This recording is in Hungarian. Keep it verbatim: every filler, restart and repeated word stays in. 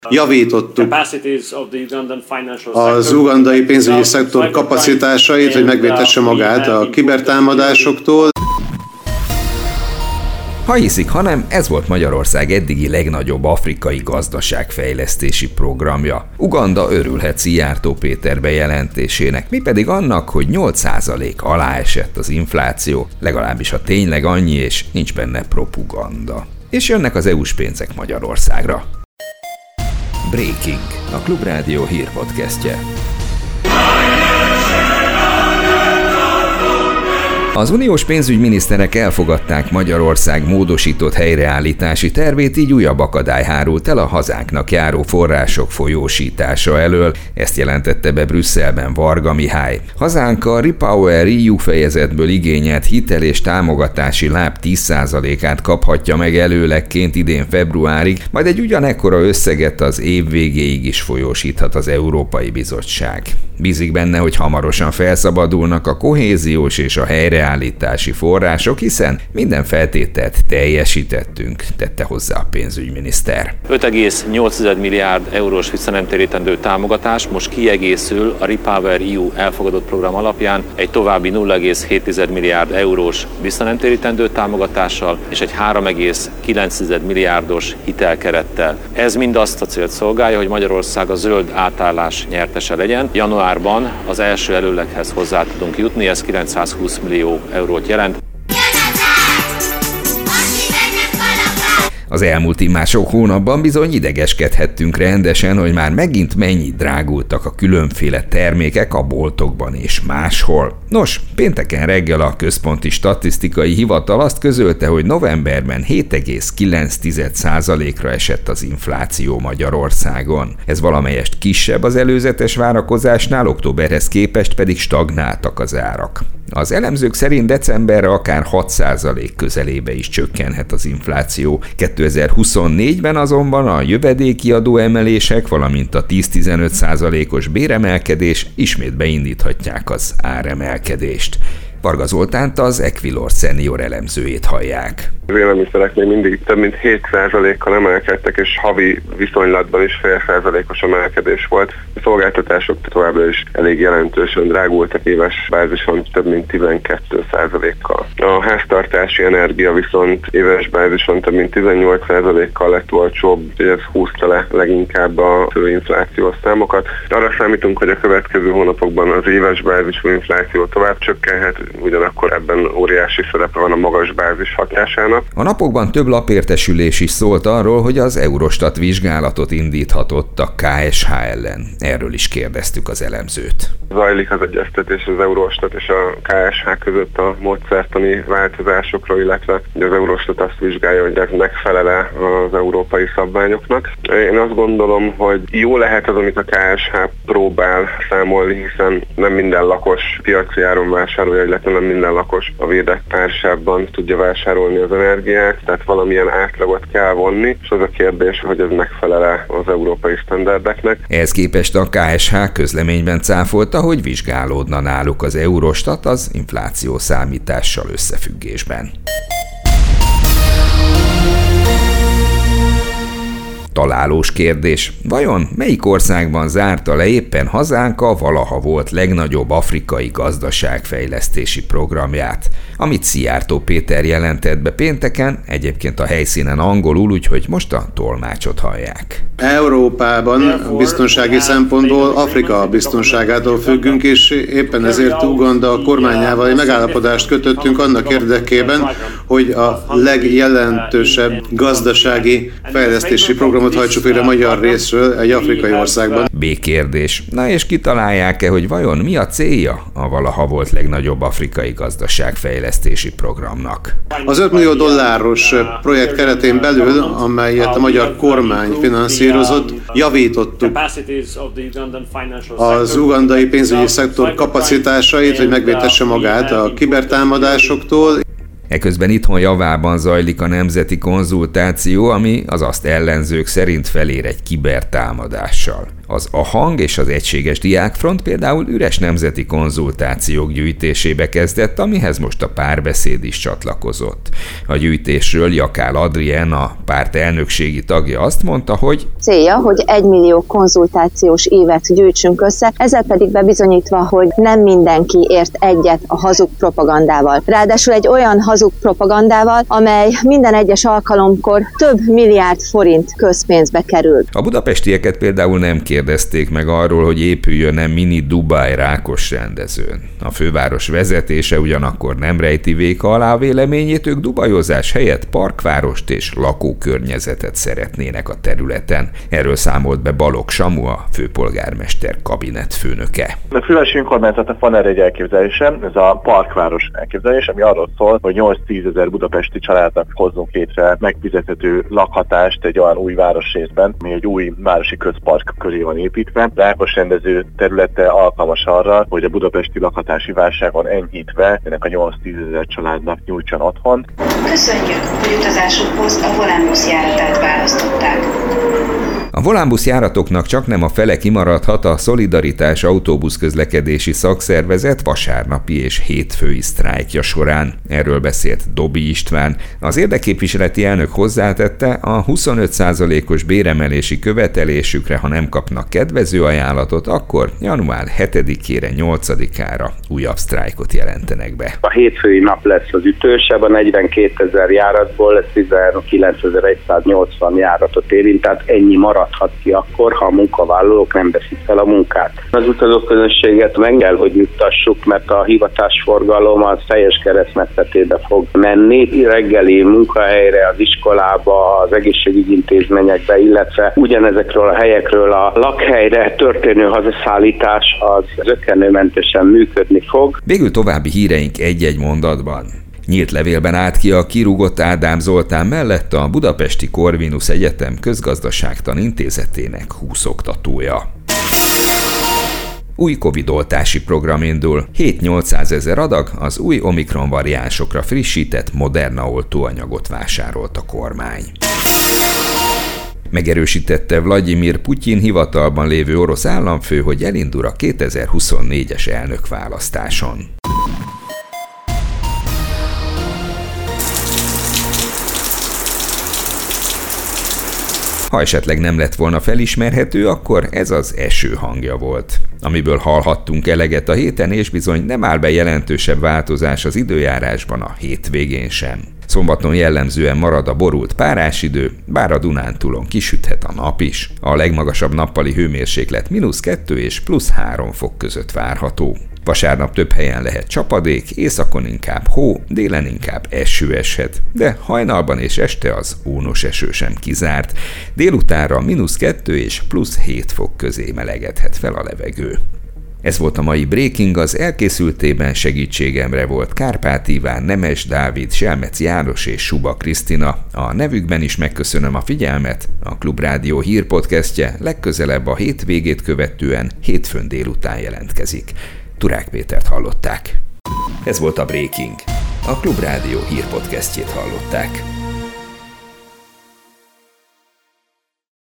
Javítottuk az ugandai pénzügyi szektor kapacitásait, hogy megvédhesse magát a kibertámadásoktól. Ha hiszik, hanem ez volt Magyarország eddigi legnagyobb afrikai gazdaságfejlesztési programja. Uganda örülhet Szijjártó Péter bejelentésének, mi pedig annak, hogy nyolc százalék alá esett az infláció, legalábbis ha tényleg annyi, és nincs benne propaganda. És jönnek az é u-s pénzek Magyarországra. Breaking, a Klubrádió hírpodcastje. Az uniós pénzügyminiszterek elfogadták Magyarország módosított helyreállítási tervét, így újabb akadály hárult el a hazánknak járó források folyósítása elől, ezt jelentette be Brüsszelben Varga Mihály. Hazánk a REPower é u fejezetből igényelt hitel és támogatási láb tíz százalékát kaphatja meg előlegként idén februárig, majd egy ugyanekkora összeget az év végéig is folyósíthat az Európai Bizottság. Bízik benne, hogy hamarosan felszabadulnak a kohéziós és a helyreállítási források, hiszen minden feltételt teljesítettünk, tette hozzá a pénzügyminiszter. öt egész nyolc milliárd eurós visszanemtérítendő támogatás most kiegészül a REPower é u elfogadott program alapján egy további nulla egész hét milliárd eurós visszanemtérítendő támogatással és egy három egész kilenc milliárdos hitelkerettel. Ez mind azt a célt szolgálja, hogy Magyarország a zöld átállás nyertese legyen. Januárban az első előleghez hozzá tudunk jutni, ez kilencszázhúsz millió eurót jelent. Az elmúlt mások hónapban bizony idegeskedhettünk rendesen, hogy már megint mennyit drágultak a különféle termékek a boltokban és máshol. Nos, pénteken reggel a Központi Statisztikai Hivatal azt közölte, hogy novemberben hét egész kilenc százalékra esett az infláció Magyarországon. Ez valamelyest kisebb az előzetes várakozásnál, októberhez képest pedig stagnáltak az árak. Az elemzők szerint decemberre akár hat százalék közelébe is csökkenhet az infláció. kétezer-huszonnégyben azonban a jövedéki adóemelések, valamint a tíz-tizenöt százalékos béremelkedés ismét beindíthatják az áremelkedést. Varga Zoltánt, az Equilor senior elemzőjét hallják. Az élelmiszerek még mindig több mint hét százalékkal emelkedtek, és havi viszonylatban is fél százalékos emelkedés volt. A szolgáltatások továbbra is elég jelentősen drágultak, éves bázison több mint tizenkét százalékkal. A háztartási energia viszont éves bázison több mint tizennyolc százalékkal lett olcsóbb, ez húzta le leginkább a főinflációs számokat. Arra számítunk, hogy a következő hónapokban az éves bázisú infláció tovább csökkenhet, ugyanakkor ebben óriási szerepe van a magas bázis hatásának. A napokban több lapértesülés is szólt arról, hogy az Eurostat vizsgálatot indíthatott a ká es há ellen. Erről is kérdeztük az elemzőt. Zajlik az egyeztetés az Eurostat és a ká es há között a módszertani változásokról, illetve az Eurostat azt vizsgálja, hogy ez megfelel-e az európai szabványoknak. Én azt gondolom, hogy jó lehet az, amit a ká es há próbál számolni, hiszen nem minden lakos piaci áron vásárolja, illetve nem minden lakos a védett társában tudja vásárolni az energiát, tehát valamilyen átlagot kell vonni, és az a kérdés, hogy ez megfelel-e az európai sztenderdeknek. Ehhez képest a ká es há közleményben cáfolta, hogy vizsgálódna náluk az Eurostat az infláció számítással összefüggésben. Találós kérdés. Vajon melyik országban zárta le éppen hazánk a valaha volt legnagyobb afrikai gazdaságfejlesztési programját, amit Szijjártó Péter jelentett be pénteken, egyébként a helyszínen angolul, úgyhogy most a tolmácsot hallják. Európában biztonsági szempontból Afrika biztonságától függünk, és éppen ezért Uganda kormányával egy megállapodást kötöttünk annak érdekében, hogy a legjelentősebb gazdasági fejlesztési programot hajtsuk végre magyar részről egy afrikai országban. B-kérdés. Na és kitalálják-e, hogy vajon mi a célja a valaha volt legnagyobb afrikai gazdaságfejlesztési programnak? Az öt millió dolláros projekt keretén belül, amelyet a magyar kormány finanszírozott, javítottuk az ugandai pénzügyi szektor kapacitásait, hogy megvédhesse magát a kibertámadásoktól. Eközben itthon javában zajlik a nemzeti konzultáció, ami az azt ellenzők szerint felér egy kibertámadással. Az A Hang és az Egységes Diákfront például üres nemzeti konzultációk gyűjtésébe kezdett, amihez most a Párbeszéd is csatlakozott. A gyűjtésről Jakál Adrien, a párt elnökségi tagja azt mondta, hogy célja, hogy egymillió konzultációs évet gyűjtsünk össze, ezzel pedig bebizonyítva, hogy nem mindenki ért egyet a hazug propagandával. Ráadásul egy olyan hazug propagandával, amely minden egyes alkalomkor több milliárd forint közpénzbe kerül. A budapestieket például nem kérdezték meg arról, hogy épüljön-e mini Dubáj Rákos rendezőn. A főváros vezetése ugyanakkor nem rejti véka alá véleményét, ők dubajozás helyett parkvárost és lakókörnyezetet szeretnének a területen. Erről számolt be Balogh Samu, a főpolgármester kabinetfőnöke. A fővárosi önkormányzatnak van erre egy elképzelése, ez a parkváros elképzelés, ami arról szól, hogy nyolc-tízezer budapesti családnak hozzunk létre megfizethető lakhatást egy olyan új városrészben, ami egy új városi közpark köré van építve. Rákos rendező területe alkalmas arra, hogy a budapesti lakhatási válságon enyhítve ennek a nyolc-tízezer családnak nyújtson otthon. Köszönjük, hogy utazásukhoz a Volánbusz járatát választották. A Volánbusz járatoknak csaknem a fele kimaradhat a Szolidaritás autóbuszközlekedési szakszervezet vasárnapi és hétfői sztrájkja során. Erről beszélt Dobi István. Az érdekképviseleti elnök hozzátette, a huszonöt százalékos béremelési követelésükre, ha nem kapnak kedvező ajánlatot, akkor január hetedikére, nyolcadikára újabb sztrájkot jelentenek be. A hétfői nap lesz az ütősebb, a negyvenkétezer járatból ez tizenkilencezer-száznyolcvan járatot érint, tehát ennyi maradhat ki akkor, ha a munkavállalók nem veszik fel a munkát. Az utazóközönséget meg kell, hogy juttassuk, mert a hivatásforgalom az teljes keresztmetszetébe fog menni. Reggeli munkahelyre, az iskolába, az egészségügyi intézményekbe, illetve ugyanezekről a helyekről a lakhelyre történő hazaszállítás az zökkenőmentesen működni fog. Végül további híreink egy-egy mondatban. Nyílt levélben állt ki a kirúgott Ádám Zoltán mellett a Budapesti Corvinus Egyetem Közgazdaságtan Intézetének húsz oktatója. Új Covid-oltási program indul. hét-nyolcszázezer adag az új Omikron variánsokra frissített Moderna oltóanyagot vásárolt a kormány. Megerősítette Vladimir Putyin hivatalban lévő orosz államfő, hogy elindul a kétezer-huszonnégyes elnökválasztáson. Ha esetleg nem lett volna felismerhető, akkor ez az eső hangja volt, amiből hallhattunk eleget a héten, és bizony nem áll be jelentősebb változás az időjárásban a hétvégén sem. Szombaton jellemzően marad a borult párás idő, bár a Dunántúlon kisüthet a nap is. A legmagasabb nappali hőmérséklet mínusz kettő és plusz három fok között várható. Vasárnap több helyen lehet csapadék, északon inkább hó, délen inkább eső eshet, de hajnalban és este az ónos eső sem kizárt. Délutánra mínusz kettő és plusz hét fok közé melegedhet fel a levegő. Ez volt a mai Breaking, az elkészültében segítségemre volt Kárpát Iván, Nemes Dávid, Selmec János és Suba Krisztina. A nevükben is megköszönöm a figyelmet, a Klubrádió hírpodcastje legközelebb a hétvégét követően hétfőn délután jelentkezik. Turák Pétert hallották. Ez volt a Breaking. A Klubrádió hírpodcastjét hallották.